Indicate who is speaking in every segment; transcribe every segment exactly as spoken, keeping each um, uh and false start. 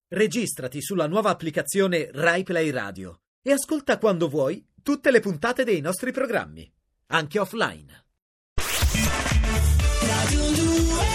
Speaker 1: Registrati sulla nuova applicazione Rai Play Radio e ascolta quando vuoi tutte le puntate dei nostri programmi, anche offline. Radio due.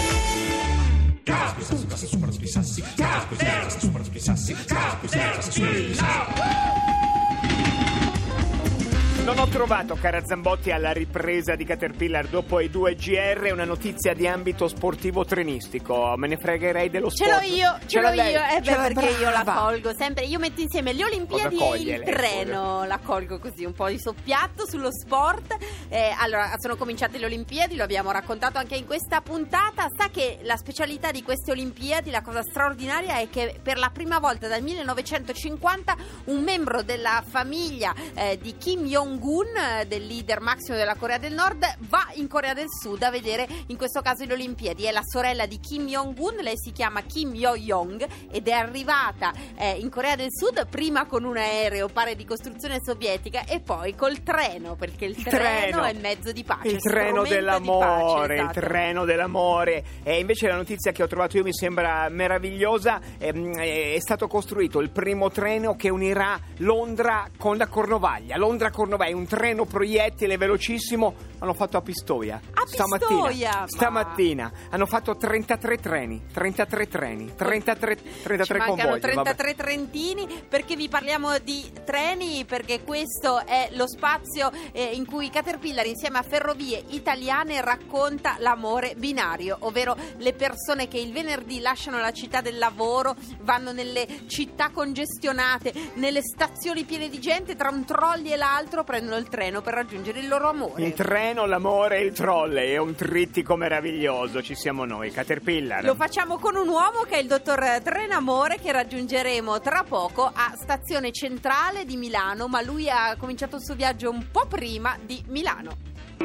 Speaker 2: Non ho trovato, cara Zambotti, alla ripresa di Caterpillar dopo i due G R una notizia di ambito sportivo trenistico. Me ne fregherei dello
Speaker 3: ce
Speaker 2: sport.
Speaker 3: Ce l'ho io, ce l'ho
Speaker 2: lei.
Speaker 3: io. Eh beh,
Speaker 2: ce
Speaker 3: perché
Speaker 2: brava.
Speaker 3: io la colgo sempre. Io metto insieme le Olimpiadi e il
Speaker 2: lei,
Speaker 3: treno. La colgo così, un po' di soppiatto sullo sport. Eh, allora, sono cominciate le Olimpiadi, lo abbiamo raccontato anche in questa puntata. Sa che la specialità di queste Olimpiadi, la cosa straordinaria è che per la prima volta dal millenovecentocinquanta un membro della famiglia eh, di Kim Jong-un, eh, del leader massimo della Corea del Nord, va in Corea del Sud a vedere in questo caso le Olimpiadi. È la sorella di Kim Jong-un, lei si chiama Kim Yo-Young ed è arrivata eh, in Corea del Sud prima con un aereo pare di costruzione sovietica e poi col treno, perché il, il treno, treno è mezzo di pace,
Speaker 2: il treno dell'amore,
Speaker 3: di pace, esatto.
Speaker 2: Il treno dell'amore. E invece la notizia che ho trovato io mi sembra meravigliosa. È, è stato costruito il primo treno che unirà Londra con la Cornovaglia. Londra-Cornovaglia, un treno proiettile velocissimo. Hanno fatto a Pistoia
Speaker 3: a
Speaker 2: stamattina.
Speaker 3: Pistoia,
Speaker 2: stamattina hanno fatto trentatré treni, trentatré treni, trentatré, trentatré
Speaker 3: Ci mancano
Speaker 2: convogli.
Speaker 3: trentatré
Speaker 2: vabbè.
Speaker 3: Trentini. Perché vi parliamo di treni? Perché questo è lo spazio eh, in cui Caterpillar insieme a Ferrovie Italiane racconta l'amore binario, ovvero le persone che il venerdì lasciano la città del lavoro, vanno nelle città congestionate, nelle stazioni piene di gente, tra un trolley e l'altro prendono il treno per raggiungere il loro amore.
Speaker 2: Il treno, l'amore e il trolley è un trittico meraviglioso. Ci siamo noi, Caterpillar.
Speaker 3: Lo facciamo con un uomo che è il dottor Trenamore, che raggiungeremo tra poco a Stazione Centrale di Milano, ma lui ha cominciato il suo viaggio un po' prima di Milano.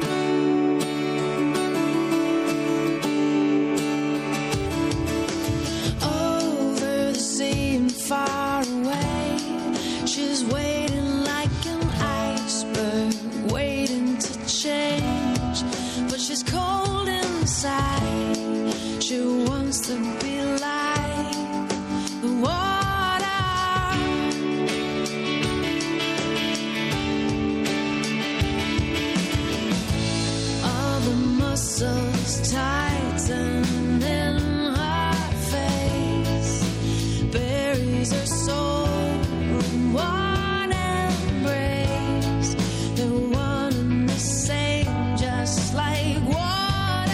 Speaker 4: Over the sea and far away, she's waiting like an iceberg, waiting to change, but she's cold inside. She wants to be like the water. All the muscles tighten in her face, buries her soul in one embrace. They're one and the same, just like water.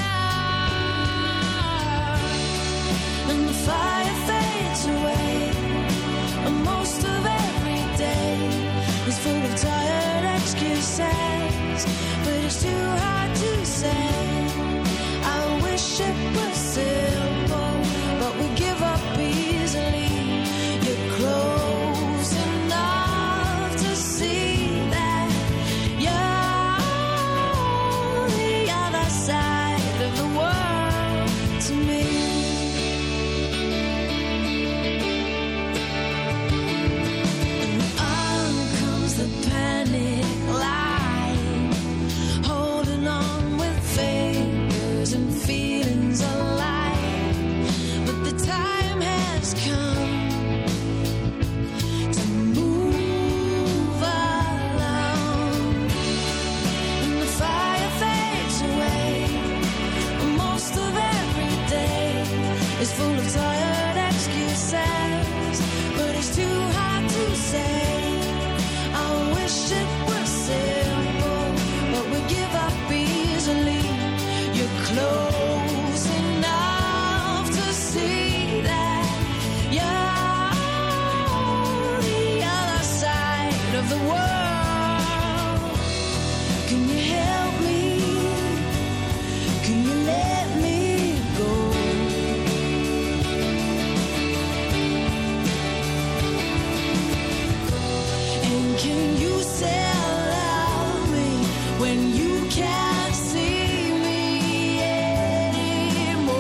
Speaker 4: And the fire fades away, and most of every day is full of tired excuses, but it's too hard to say. I wish it was simple, but we give up easily. You're close enough to see that you're the other side of the world to me. And on comes the panic line, holding on with fingers and feelings alive. But the time has come to move along, and the fire fades away. Most of every day is full of tired excuses, but it's too hard to say. I wish it was simple, but we give up easily. You're close enough to see that you're the other side of the world. Can you help me? Can you let me go? And can you still love me when you can't see me anymore?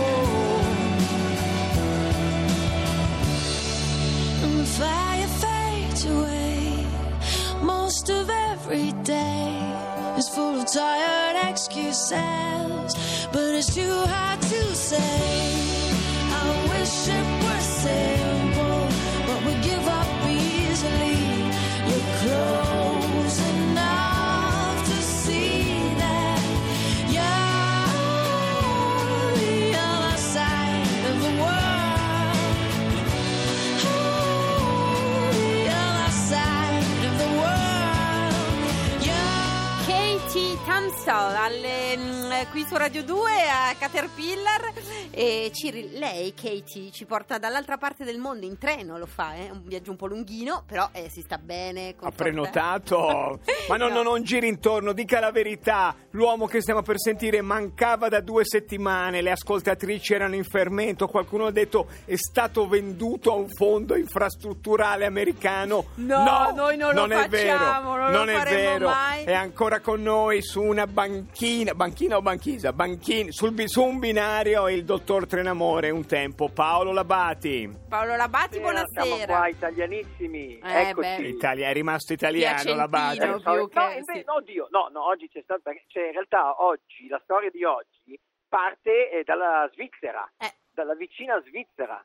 Speaker 4: And the fire fades away. Most of every day is full of tired excuses, but it's too hard to say. I wish it were simple,
Speaker 3: visto alle, mh, qui su Radio due a Caterpillar e Ciri, lei Katie ci porta dall'altra parte del mondo in treno, lo fa, è eh? un viaggio un po' lunghino, però eh, si sta bene.
Speaker 2: Ha prenotato? Ma no, no, non giri intorno, dica la verità. L'uomo che stiamo per sentire mancava da due settimane, le ascoltatrici erano in fermento, qualcuno ha detto è stato venduto a un fondo infrastrutturale americano.
Speaker 3: No, no noi non,
Speaker 2: non
Speaker 3: lo
Speaker 2: è
Speaker 3: facciamo,
Speaker 2: vero,
Speaker 3: non,
Speaker 2: non
Speaker 3: lo
Speaker 2: è vero.
Speaker 3: mai.
Speaker 2: È ancora con noi su una banchina, banchina o banchisa? Banchina, sul, su un binario il dottor Trenamore un tempo, Paolo Labati.
Speaker 3: Paolo Labati, buonasera.
Speaker 5: Siamo qua italianissimi,
Speaker 3: Eh,
Speaker 5: eccoci.
Speaker 3: beh.
Speaker 2: Italia, è rimasto italiano
Speaker 3: Piacentino.
Speaker 2: Labati.
Speaker 3: più
Speaker 5: no,
Speaker 3: che-
Speaker 5: invece,
Speaker 3: sì.
Speaker 5: no, oddio, no, no, oggi c'è stato, cioè in realtà oggi, la storia di oggi parte eh, dalla Svizzera,
Speaker 3: Eh.
Speaker 5: dalla vicina Svizzera.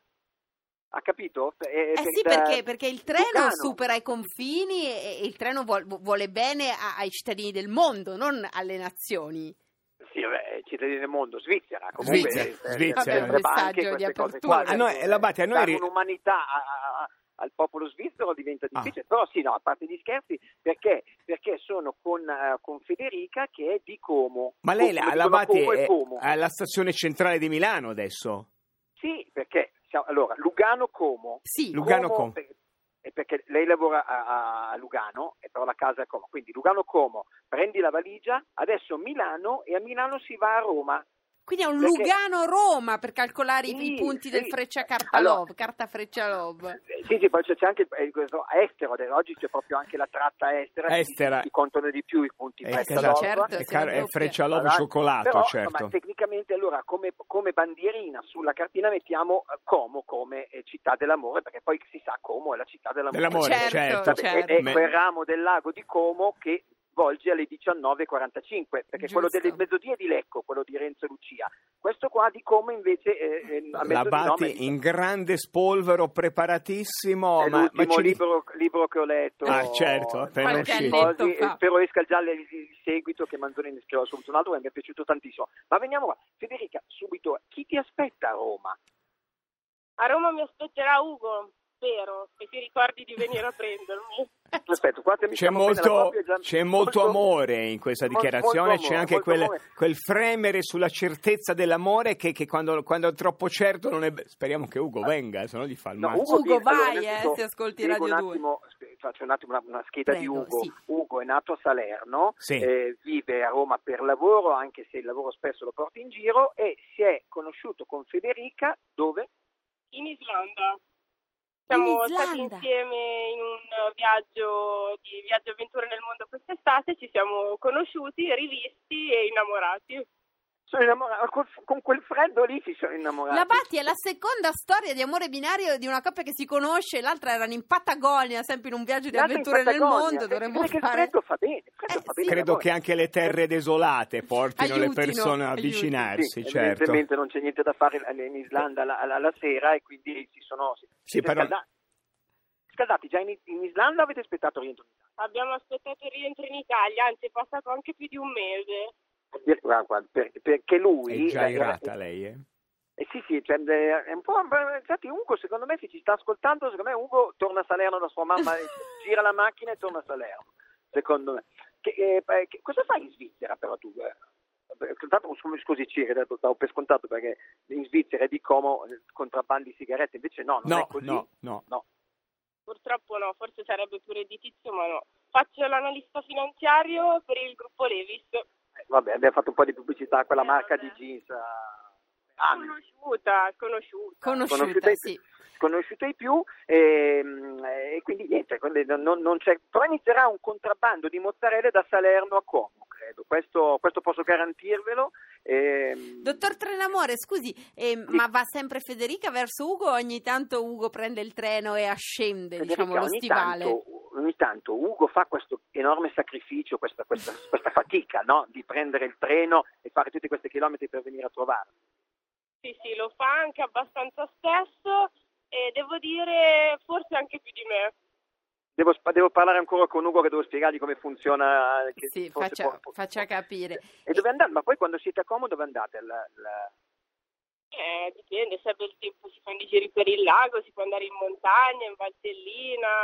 Speaker 5: Ha capito?
Speaker 3: Eh
Speaker 5: per-
Speaker 3: sì,
Speaker 5: da-
Speaker 3: perché, perché il treno
Speaker 5: Lugano.
Speaker 3: supera i confini e, e il treno vuol- vuole bene a- ai cittadini del mondo, non alle nazioni.
Speaker 5: Sì, vabbè, cittadini del mondo, Svizzera, comunque.
Speaker 2: Svizzera,
Speaker 5: eh,
Speaker 2: Svizzera.
Speaker 5: eh,
Speaker 2: Un
Speaker 5: le banche,
Speaker 3: messaggio di
Speaker 5: queste cose
Speaker 3: apertura.
Speaker 5: qua,
Speaker 2: A noi-
Speaker 5: eh,
Speaker 2: Labati, a noi
Speaker 5: dare
Speaker 2: ri-
Speaker 5: un'umanità a- a- al popolo svizzero diventa
Speaker 2: Ah.
Speaker 5: difficile, però sì, no, a parte gli scherzi, perché, perché sono con, eh, con Federica che è di Como.
Speaker 2: Ma lei,
Speaker 5: Come
Speaker 2: la,
Speaker 5: dicono
Speaker 2: Labati,
Speaker 5: Como e
Speaker 2: è
Speaker 5: Como.
Speaker 2: alla stazione centrale di Milano adesso?
Speaker 5: Sì, perché siamo- allora Lugano Como.
Speaker 3: Sì.
Speaker 2: Lugano Como.
Speaker 5: per- è perché lei lavora a, a Lugano e però la casa è Como, quindi Lugano Como, prendi la valigia, adesso Milano e a Milano si va a Roma.
Speaker 3: Quindi è un
Speaker 5: Perché-
Speaker 3: Lugano-Roma per calcolare i-
Speaker 5: Sì,
Speaker 3: i punti
Speaker 5: sì.
Speaker 3: del Freccia Carta
Speaker 5: Allora-
Speaker 3: Love, carta Freccia Love.
Speaker 5: Eh, Sì, sì, poi c'è c'è anche il- eh, questo estero, oggi c'è proprio anche la tratta estera,
Speaker 2: Estera.
Speaker 5: Si, si contano di più i punti
Speaker 2: Eh,
Speaker 5: Freccia
Speaker 2: esatto.
Speaker 5: Love.
Speaker 3: Certo,
Speaker 2: è,
Speaker 3: sì,
Speaker 2: car- è
Speaker 3: doppia.
Speaker 2: Freccia Love
Speaker 5: Allora,
Speaker 2: cioccolato,
Speaker 5: però,
Speaker 2: certo.
Speaker 5: Ma tecnicamente allora come, come bandierina sulla cartina mettiamo eh, Como come eh, città dell'amore, perché poi si sa Como è la città dell'amore.
Speaker 2: Dell'amore,
Speaker 3: Certo,
Speaker 2: certo.
Speaker 3: certo.
Speaker 5: Ed è
Speaker 2: Me-
Speaker 5: quel ramo del lago di Como che volge alle diciannove e quarantacinque, perché
Speaker 3: Giusto.
Speaker 5: quello delle mezzodie è di Lecco, quello di Renzo e Lucia. Questo qua di Como invece è, è a mezzodie, no,
Speaker 2: Labati
Speaker 5: ma-
Speaker 2: in grande spolvero, preparatissimo.
Speaker 5: è
Speaker 2: ma, ma
Speaker 5: l'ultimo
Speaker 2: ci di-
Speaker 5: libro, libro che ho letto.
Speaker 2: Ah, certo, appena
Speaker 3: Qualche
Speaker 2: uscito.
Speaker 3: annetto
Speaker 5: Così,
Speaker 3: fa.
Speaker 5: spero esca già il, il seguito che Manzoni ne scriverà subito un altro che mi è piaciuto tantissimo. Ma veniamo qua, Federica, subito, chi ti aspetta a Roma?
Speaker 6: A Roma mi aspetterà Ugo, spero, che ti ricordi di venire a prendermi.
Speaker 5: Aspetta, qua mi
Speaker 2: C'è
Speaker 5: stiamo bene, la
Speaker 2: molto,
Speaker 5: coppia è già-
Speaker 2: c'è molto amore in questa
Speaker 5: molto-
Speaker 2: dichiarazione,
Speaker 5: molto
Speaker 2: c'è
Speaker 5: amore,
Speaker 2: anche
Speaker 5: molto
Speaker 2: quel,
Speaker 5: amore.
Speaker 2: quel fremere sulla certezza dell'amore che, che quando, quando è troppo certo non è... be- Speriamo che Ugo venga, se no gli fa il
Speaker 5: No,
Speaker 2: mazzo.
Speaker 3: Ugo,
Speaker 5: viene- allora,
Speaker 3: vai,
Speaker 5: innanzitutto,
Speaker 3: eh, se ascolti
Speaker 5: spiego
Speaker 3: Radio
Speaker 5: un
Speaker 3: due.
Speaker 5: attimo, sp- faccio un attimo una, una scheda
Speaker 3: Prego,
Speaker 5: di Ugo.
Speaker 3: sì.
Speaker 5: Ugo è nato a Salerno,
Speaker 2: Sì.
Speaker 5: eh, vive a Roma per lavoro, anche se il lavoro spesso lo porta in giro, e si è conosciuto con Federica dove?
Speaker 6: In Islanda. Siamo
Speaker 3: In
Speaker 6: stati
Speaker 3: Islanda.
Speaker 6: insieme in un viaggio di viaggio avventure nel mondo quest'estate, ci siamo conosciuti, rivisti e innamorati.
Speaker 5: Sono innamorato, col- con quel freddo lì si sono innamorati.
Speaker 3: Labati è la seconda storia di amore binario di una coppia che si conosce, l'altra erano in Patagonia, sempre in un viaggio di
Speaker 5: L'altro in
Speaker 3: avventure nel
Speaker 5: Patagonia,
Speaker 3: mondo,
Speaker 5: eh,
Speaker 3: dovremmo
Speaker 5: perché il
Speaker 3: fare...
Speaker 5: freddo fa bene, il freddo
Speaker 3: Eh,
Speaker 5: fa
Speaker 3: sì.
Speaker 5: bene.
Speaker 2: Credo
Speaker 5: allora.
Speaker 2: che anche le terre desolate portino le
Speaker 3: Aiutino,
Speaker 2: persone a
Speaker 3: aiutino.
Speaker 2: avvicinarsi,
Speaker 5: Sì,
Speaker 2: certo.
Speaker 5: evidentemente non c'è niente da fare in Islanda la, la- la sera e quindi si sono si,
Speaker 2: Sì,
Speaker 5: siete
Speaker 2: però-
Speaker 5: scaldati. Scaldati già in, in Islanda o avete aspettato il rientro in Italia?
Speaker 6: Abbiamo aspettato il rientro in Italia, anzi è passato anche più di un mese.
Speaker 5: Per- guarda, guarda, per- perché lui
Speaker 2: È già
Speaker 5: eh,
Speaker 2: irata
Speaker 5: eh,
Speaker 2: lei, eh?
Speaker 5: eh, sì sì cioè, eh, è un po' infatti Ugo secondo me se ci sta ascoltando secondo me Ugo torna a Salerno da sua mamma e gira la macchina e torna a Salerno secondo me che, eh, eh, che- cosa fai in Svizzera però tu? Eh, Tanto, scusi Ciri, davo per scontato perché in Svizzera è di Como eh, contrabbandi sigarette, invece no, non
Speaker 2: No,
Speaker 5: è così.
Speaker 2: no, no.
Speaker 5: no.
Speaker 6: Purtroppo no, forse sarebbe più redditizio, ma no. Faccio l'analista finanziario per il gruppo Levis.
Speaker 5: Eh, vabbè, abbiamo fatto un po' di pubblicità a quella
Speaker 6: Eh,
Speaker 5: marca
Speaker 6: vabbè.
Speaker 5: di jeans. eh, anni.
Speaker 6: Conosciuta, conosciuta.
Speaker 3: Conosciuta,
Speaker 5: Conosciuta ai
Speaker 3: sì.
Speaker 5: più, conosciuta ai più e, e quindi niente, quindi non, non c'è, però inizierà un contrabbando di mozzarelle da Salerno a Como, credo, questo, questo posso garantirvelo. E,
Speaker 3: Dottor Trenamore, scusi, eh, ma va sempre Federica verso Ugo o ogni tanto Ugo prende il treno e ascende,
Speaker 5: Federica,
Speaker 3: diciamo, lo
Speaker 5: ogni
Speaker 3: stivale?
Speaker 5: Tanto, ogni tanto Ugo fa questo enorme sacrificio, questa, questa, questa fatica, no? Di prendere il treno e fare tutti questi chilometri per venire a trovarlo.
Speaker 6: Sì, sì, lo fa anche abbastanza spesso e devo dire forse anche più di me.
Speaker 5: Devo, devo parlare ancora con Ugo che devo spiegargli come funziona. Che
Speaker 3: Sì,
Speaker 5: forse
Speaker 3: faccia,
Speaker 5: può- può-
Speaker 3: faccia capire.
Speaker 5: E dove andate? Ma poi quando siete a Como dove andate? La, la...
Speaker 6: Eh, dipende, se bel tempo si fanno i giri per il lago, si può andare in montagna, in Valtellina,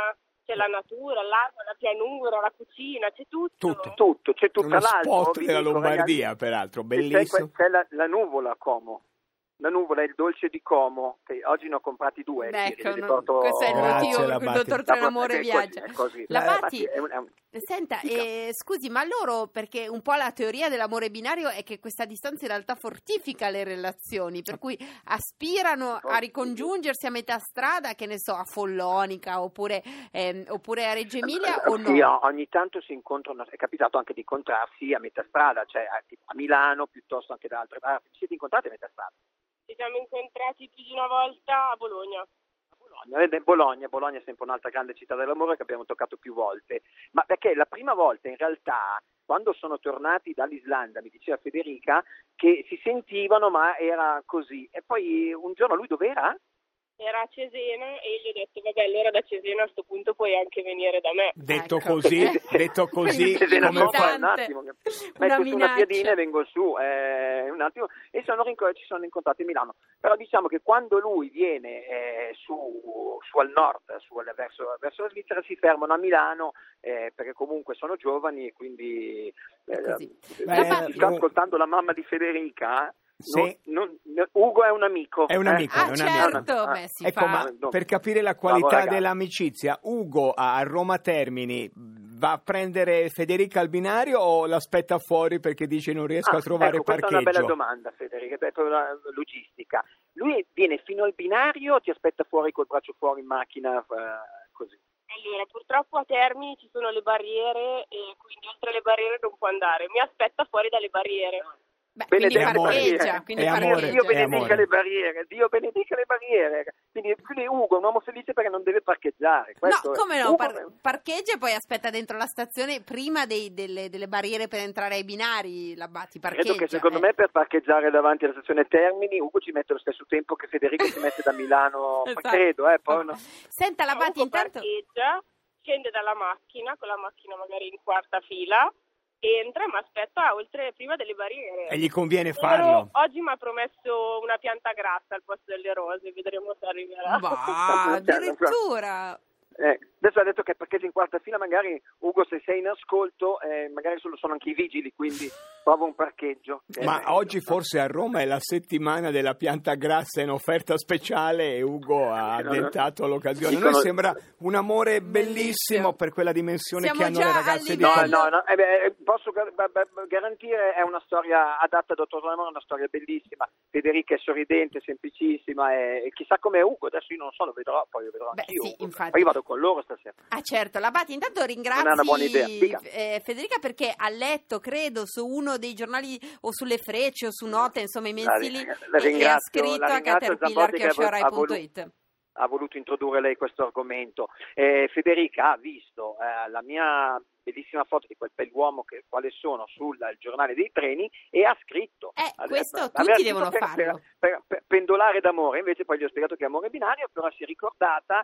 Speaker 6: c'è la natura, l'acqua, la pianura, la cucina, c'è tutto.
Speaker 2: Tutto.
Speaker 5: Tutto, c'è tutta
Speaker 2: Uno
Speaker 5: l'altro.
Speaker 2: spot
Speaker 5: vi
Speaker 2: della
Speaker 5: dico,
Speaker 2: Lombardia,
Speaker 5: ragazzi,
Speaker 2: peraltro,
Speaker 5: c'è,
Speaker 2: bellissimo.
Speaker 5: c'è la, la nuvola a Como. La nuvola è il dolce di Como, che oggi ne ho comprati due.
Speaker 3: Ecco,
Speaker 5: li
Speaker 3: no,
Speaker 5: porto-
Speaker 3: questo è il
Speaker 2: Grazie,
Speaker 3: motivo per cui il
Speaker 2: Labati.
Speaker 3: dottor
Speaker 5: La-
Speaker 3: Trenamore
Speaker 5: è così,
Speaker 3: viaggia.
Speaker 5: è così.
Speaker 3: Labati,
Speaker 5: Eh, è un- è un-
Speaker 3: senta,
Speaker 5: Dica.
Speaker 3: eh, scusi, ma loro, perché un po' la teoria dell'amore binario è che questa distanza in realtà fortifica le relazioni, per cui aspirano a ricongiungersi a metà strada, che ne so, a Follonica oppure, ehm, oppure a Reggio Emilia o
Speaker 5: Sì,
Speaker 3: no?
Speaker 5: ogni tanto si incontrano, è capitato anche di incontrarsi a metà strada, cioè a, a Milano piuttosto anche da altre parti. Siete incontrati a metà strada?
Speaker 6: Ci siamo incontrati più di una volta a Bologna.
Speaker 5: Bologna, eh, Bologna, Bologna è sempre un'altra grande città dell'amore che abbiamo toccato più volte, ma perché la prima volta in realtà, quando sono tornati dall'Islanda, mi diceva Federica, che si sentivano ma era così, e poi un giorno lui dov'era?
Speaker 6: Era a Cesena e gli ho detto, vabbè, allora da Cesena a sto punto puoi anche venire da me.
Speaker 2: Detto
Speaker 3: Ecco.
Speaker 2: così, detto così,
Speaker 5: Cesena
Speaker 2: come
Speaker 5: sopra,
Speaker 2: fa?
Speaker 5: un attimo,
Speaker 3: Una
Speaker 5: metto su una
Speaker 3: minaccia.
Speaker 5: piadina e vengo su, eh, un attimo, e sono rinco- ci sono incontrati a Milano. Però diciamo che quando lui viene eh, su, su al nord, su, verso, verso la Svizzera, si fermano a Milano eh, perché comunque sono giovani e quindi eh,
Speaker 3: Così.
Speaker 5: eh,
Speaker 2: Beh,
Speaker 5: si sta
Speaker 2: no.
Speaker 5: ascoltando la mamma di Federica.
Speaker 2: Sì.
Speaker 5: Non- non- Ugo è un amico.
Speaker 2: È un
Speaker 5: eh?
Speaker 2: amico,
Speaker 3: Ah,
Speaker 2: è un amico.
Speaker 3: certo,
Speaker 5: Ah,
Speaker 3: beh, si
Speaker 2: Ecco,
Speaker 3: fa...
Speaker 2: ma
Speaker 5: no.
Speaker 2: per capire la qualità
Speaker 5: Bravo, ragazzi.
Speaker 2: dell'amicizia, Ugo a Roma Termini va a prendere Federica al binario o l'aspetta fuori perché dice non riesco
Speaker 5: Ah,
Speaker 2: a trovare
Speaker 5: ecco, questa
Speaker 2: parcheggio?
Speaker 5: è una bella domanda, Federica, è proprio una logistica. Lui viene fino al binario o ti aspetta fuori col braccio fuori in macchina, eh, così?
Speaker 6: Allora, purtroppo a Termini ci sono le barriere e quindi oltre le barriere non può andare. Mi aspetta fuori dalle barriere.
Speaker 3: Beh,
Speaker 5: Benedetto
Speaker 3: quindi
Speaker 2: amore.
Speaker 3: parcheggia, quindi
Speaker 2: È amore.
Speaker 3: parcheggia.
Speaker 5: Dio
Speaker 2: È
Speaker 5: benedica
Speaker 2: amore.
Speaker 5: le barriere, Dio benedica le barriere. Quindi, quindi Ugo è un uomo felice perché non deve parcheggiare. Questo
Speaker 3: No,
Speaker 5: è-
Speaker 3: come no,
Speaker 5: Ugo
Speaker 3: par-
Speaker 5: è-
Speaker 3: parcheggia e poi aspetta dentro la stazione prima dei- delle, delle barriere per entrare ai binari, la Batti parcheggia.
Speaker 5: Credo che secondo
Speaker 3: eh.
Speaker 5: me per parcheggiare davanti alla stazione Termini Ugo ci mette lo stesso tempo che Federica si mette da Milano,
Speaker 3: Esatto.
Speaker 5: credo, eh, poi no.
Speaker 3: Senta, la Batti
Speaker 6: Ugo
Speaker 3: intanto...
Speaker 6: parcheggia, scende dalla macchina, con la macchina magari in quarta fila, entra e mi aspetta oltre prima delle barriere.
Speaker 2: E gli conviene
Speaker 6: Ero-
Speaker 2: farlo.
Speaker 6: Oggi mi ha promesso una pianta grassa al posto delle rose, vedremo se arriverà.
Speaker 3: Bah, addirittura...
Speaker 5: Eh, adesso ha detto che parcheggia in quarta fila, magari Ugo se sei in ascolto, eh, magari solo sono anche i vigili, quindi trova un parcheggio. che è
Speaker 2: Ma
Speaker 5: meglio.
Speaker 2: oggi forse a Roma è la settimana della pianta grassa in offerta speciale e Ugo ha
Speaker 5: Eh, no, no.
Speaker 2: addentato l'occasione.
Speaker 5: Dicono-
Speaker 2: Noi sembra un amore bellissimo
Speaker 3: Bellissimo.
Speaker 2: per quella dimensione
Speaker 3: Siamo
Speaker 2: che hanno
Speaker 3: già
Speaker 2: le ragazze
Speaker 3: a
Speaker 2: di
Speaker 5: No,
Speaker 3: livello-
Speaker 2: Como.
Speaker 5: no, no, eh beh, posso gar- ba- ba- garantire è una storia adatta a Dottor Trenamore, è una storia bellissima. Federica è sorridente, semplicissima e, e chissà com'è Ugo, adesso io non so, lo vedrò, poi lo vedrò
Speaker 3: Beh,
Speaker 5: anch'io.
Speaker 3: sì,
Speaker 5: Ugo.
Speaker 3: infatti.
Speaker 5: Poi io vado con loro stasera.
Speaker 3: Ah certo, la Batti intanto
Speaker 5: Non è una buona idea,
Speaker 3: ringrazi
Speaker 5: dica.
Speaker 3: eh, Federica perché ha letto, credo, su uno dei giornali o sulle Frecce o su Note, insomma i mensili,
Speaker 5: La- la
Speaker 3: e- e, ha
Speaker 5: ringrazio-
Speaker 3: scritto
Speaker 5: la
Speaker 3: a
Speaker 5: ringrazio
Speaker 3: caterpillar
Speaker 5: Zambotti che ha voluto-
Speaker 3: chiocciorai punto it.
Speaker 5: ha voluto introdurre lei questo argomento. Eh, Federica ha visto eh, la mia bellissima foto di quel bell'uomo che quale sono sul giornale dei treni e ha scritto.
Speaker 3: Eh,
Speaker 5: Ha-
Speaker 3: questo
Speaker 5: aveva
Speaker 3: tutti
Speaker 5: scritto
Speaker 3: devono
Speaker 5: per,
Speaker 3: farlo.
Speaker 5: Per, per- per pendolare d'amore, invece poi gli ho spiegato che è amore binario, però si è ricordata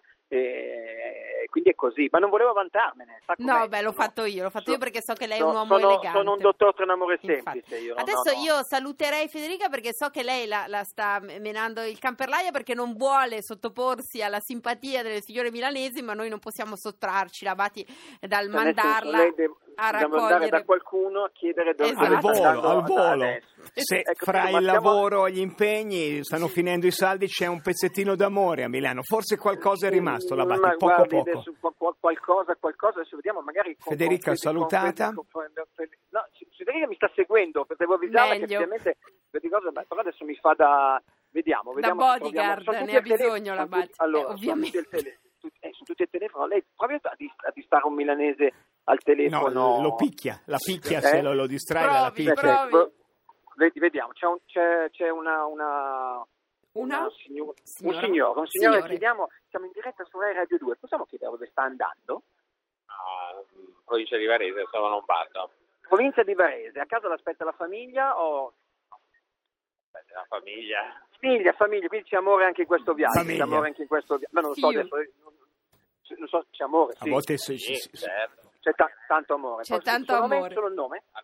Speaker 5: e quindi è così. Ma non volevo vantarmene. Sa com'è?
Speaker 3: No, beh, l'ho
Speaker 5: Sono-
Speaker 3: fatto io, l'ho fatto
Speaker 5: sono-
Speaker 3: io perché so che lei è
Speaker 5: sono-
Speaker 3: un uomo
Speaker 5: sono-
Speaker 3: elegante.
Speaker 5: Sono un dottor Trenamore
Speaker 3: Infatti.
Speaker 5: semplice. Io, no,
Speaker 3: Adesso
Speaker 5: no, no.
Speaker 3: io saluterei Federica perché so che lei la, la sta menando il camperlaio perché non vuole sottoporsi alla simpatia delle signore milanesi, ma noi non possiamo sottrarci la Batti dal
Speaker 5: Cioè, nel senso,
Speaker 3: mandarla
Speaker 5: lei deve-
Speaker 3: a
Speaker 5: dobbiamo andare
Speaker 3: raccogliere.
Speaker 5: da qualcuno a chiedere dove
Speaker 3: Esatto.
Speaker 2: Al
Speaker 5: dove sta
Speaker 2: volo,
Speaker 5: andando
Speaker 2: al volo.
Speaker 5: adesso.
Speaker 2: Se
Speaker 5: Ecco,
Speaker 2: fra
Speaker 5: ma
Speaker 2: il
Speaker 5: stiamo-
Speaker 2: lavoro e gli impegni stanno finendo i saldi, c'è un pezzettino d'amore a Milano. Forse qualcosa è rimasto, la Batti,
Speaker 5: Ma
Speaker 2: poco
Speaker 5: guardi,
Speaker 2: poco.
Speaker 5: adesso qual- qual- qualcosa, qualcosa, adesso vediamo magari con,
Speaker 2: Federica,
Speaker 5: con-
Speaker 2: salutata.
Speaker 5: con- con- con- no, Federica mi sta seguendo, devo avvisarla che
Speaker 3: Meglio.
Speaker 5: effettivamente queste cose, ma- però adesso mi fa da vediamo,
Speaker 3: Da
Speaker 5: vediamo se
Speaker 3: bodyguard,
Speaker 5: troviamo- sono
Speaker 3: ne
Speaker 5: tutti
Speaker 3: ha
Speaker 5: al tele-
Speaker 3: bisogno la
Speaker 5: sono tutti-
Speaker 3: Batti,
Speaker 5: allora,
Speaker 3: eh,
Speaker 5: sono
Speaker 3: ovviamente.
Speaker 5: tutti al tele- tutti- eh, sono tutti al telefono, lei provi a, dis- a distare un milanese al telefono.
Speaker 2: No, lo picchia, la picchia
Speaker 5: Eh?
Speaker 2: se lo, lo distrae
Speaker 3: Provi,
Speaker 2: dalla picchia.
Speaker 3: provi.
Speaker 5: Ecco, vedi- vediamo, c'è, un- c'è, c'è una, una,
Speaker 3: Una?
Speaker 5: signora,
Speaker 3: Signora?
Speaker 5: un signore, un signore,
Speaker 3: Signore.
Speaker 5: chiediamo, siamo in diretta su Rai Radio due, possiamo chiedere dove sta andando?
Speaker 7: No, provincia di Varese, stavo a Lombardo.
Speaker 5: Provincia di Varese, a casa l'aspetta la famiglia o...
Speaker 7: Aspetta, la famiglia.
Speaker 5: Famiglia, famiglia, quindi c'è amore anche in questo viaggio,
Speaker 2: Famiglia.
Speaker 5: c'è amore anche in questo viaggio, ma non lo so
Speaker 3: Figlio.
Speaker 5: adesso, eh, non, non so, c'è amore,
Speaker 2: A
Speaker 5: sì,
Speaker 2: volte sì,
Speaker 7: Sì,
Speaker 2: sì, sì.
Speaker 7: certo.
Speaker 5: c'è ta- tanto amore.
Speaker 3: C'è
Speaker 5: Poi
Speaker 3: tanto
Speaker 5: solo nome-
Speaker 3: amore.
Speaker 5: Solo il nome?
Speaker 7: Alberto.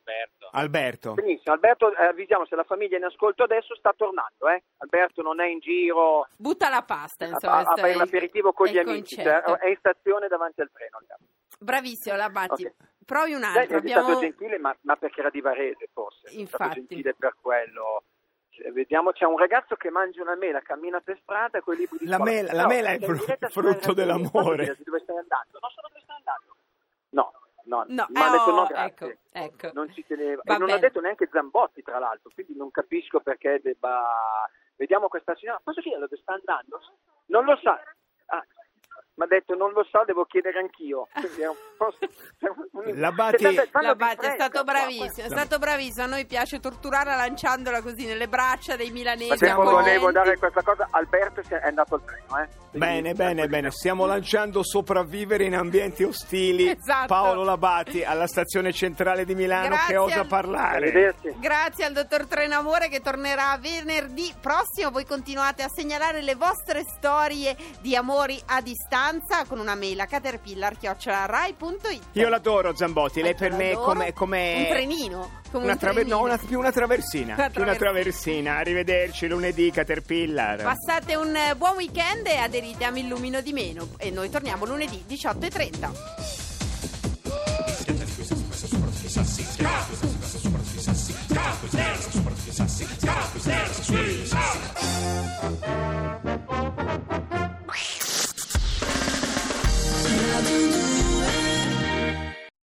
Speaker 2: Alberto.
Speaker 5: Benissimo, Alberto, eh, avvisiamo se la famiglia è in ascolto adesso, sta tornando, eh? Alberto non è in giro
Speaker 3: Butta la pasta,
Speaker 5: a,
Speaker 3: insomma.
Speaker 5: a fare l'aperitivo con gli amici, cioè, è in stazione davanti al treno.
Speaker 3: Bravissimo, Labatti.
Speaker 5: Okay.
Speaker 3: Provi un
Speaker 5: Lei
Speaker 3: altro.
Speaker 5: è
Speaker 3: Abbiamo...
Speaker 5: stato gentile, ma, ma perché era di Varese, forse. È
Speaker 3: Infatti.
Speaker 5: stato gentile per quello. Vediamo, c'è un ragazzo che mangia una mela, cammina per strada con i libri di
Speaker 2: La
Speaker 5: scuola.
Speaker 2: mela, la
Speaker 5: No,
Speaker 2: mela è
Speaker 5: sei in
Speaker 2: fru-
Speaker 5: diretta su
Speaker 2: frutto
Speaker 5: Rai Radio
Speaker 2: dell'amore.
Speaker 5: uno. Dove stai andando? Non so dove stai andando. No, no,
Speaker 3: No,
Speaker 5: ma ha
Speaker 3: eh,
Speaker 5: detto
Speaker 3: oh,
Speaker 5: no, grazie.
Speaker 3: ecco, ecco.
Speaker 5: Non ci teneva.
Speaker 3: Va
Speaker 5: E non
Speaker 3: bene.
Speaker 5: ha detto neanche Zambotti, tra l'altro, quindi non capisco perché debba... Vediamo questa signora. Posso chiedere dove sta andando? Non lo sa. Ah, mi ha detto non lo so, devo chiedere anch'io. Quindi è un po'...
Speaker 2: Labatti-
Speaker 3: Labatti è stato bravissimo, è stato bravissimo. A noi piace torturarla lanciandola così nelle braccia dei milanesi.
Speaker 5: Ma tempo
Speaker 3: accoglienti.
Speaker 5: volevo dare questa cosa. Alberto si è andato al treno, eh? Quindi-
Speaker 2: Bene, bene, bene. Stiamo lanciando sopravvivere in ambienti ostili.
Speaker 3: Esatto.
Speaker 2: Paolo Labatti alla stazione centrale di Milano
Speaker 3: Grazie
Speaker 2: che osa
Speaker 3: al-
Speaker 2: parlare.
Speaker 5: Arrivederci.
Speaker 3: Grazie al dottor Trenamore che tornerà venerdì prossimo. Voi continuate a segnalare le vostre storie di amori a distanza con una mail a caterpillar chiocciola rai punto it.
Speaker 2: Io l'adoro Zambotti, lei per me è
Speaker 3: L'adoro.
Speaker 2: come, come...
Speaker 3: un trenino, come
Speaker 2: Una
Speaker 3: un
Speaker 2: traver-
Speaker 3: trenino.
Speaker 2: no, una- più una traversina.
Speaker 3: Una
Speaker 2: Più una
Speaker 3: traversina.
Speaker 2: traversina. Arrivederci lunedì, Caterpillar.
Speaker 3: Passate un eh, buon weekend e aderite a Mi Illumino di Meno e noi torniamo lunedì diciotto e trenta.
Speaker 4: Sweet.